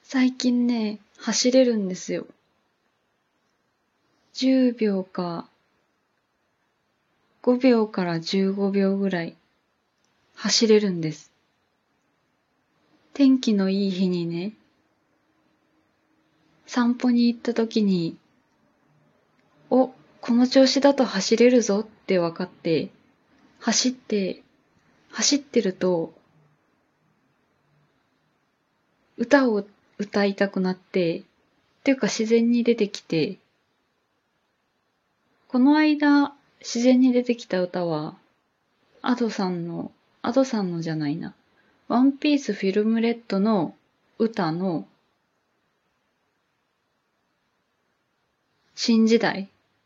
最近ね、走れるんですよ。10秒か5秒から15秒ぐらい走れるんです。天気のいい日にね、散歩に行った時に、この調子だと走れるぞって分かって、走ってると、歌を歌いたくなって、っていうか自然に出てきて、この間自然に出てきた歌は、アドさんのじゃないな。ワンピースフィルムレッドの歌の新時代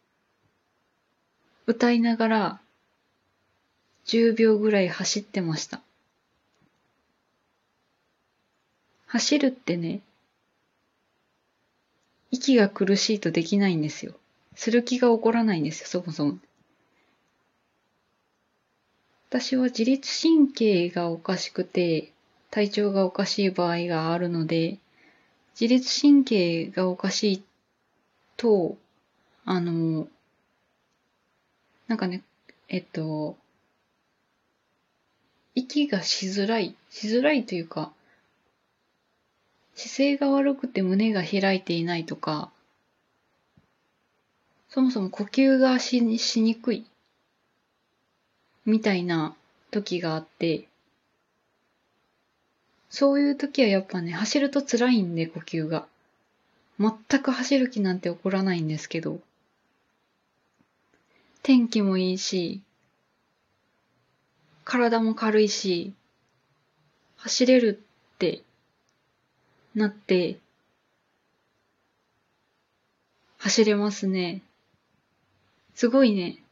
歌いながら10秒ぐらい走ってました。走るってね、息が苦しいとできないんですよ。する気が起こらないんですよ、そもそも。私は自律神経がおかしくて、体調がおかしい場合があるので、自律神経がおかしいと、あの、なんかね、息がしづらいというか、姿勢が悪くて胸が開いていないとか、そもそも呼吸がしにくいみたいな時があって、そういう時はやっぱね、走ると辛いんで呼吸が。全く走る気なんて起こらないんですけど、天気もいいし、体も軽いし、走れるってなって、走れますね。すごいね。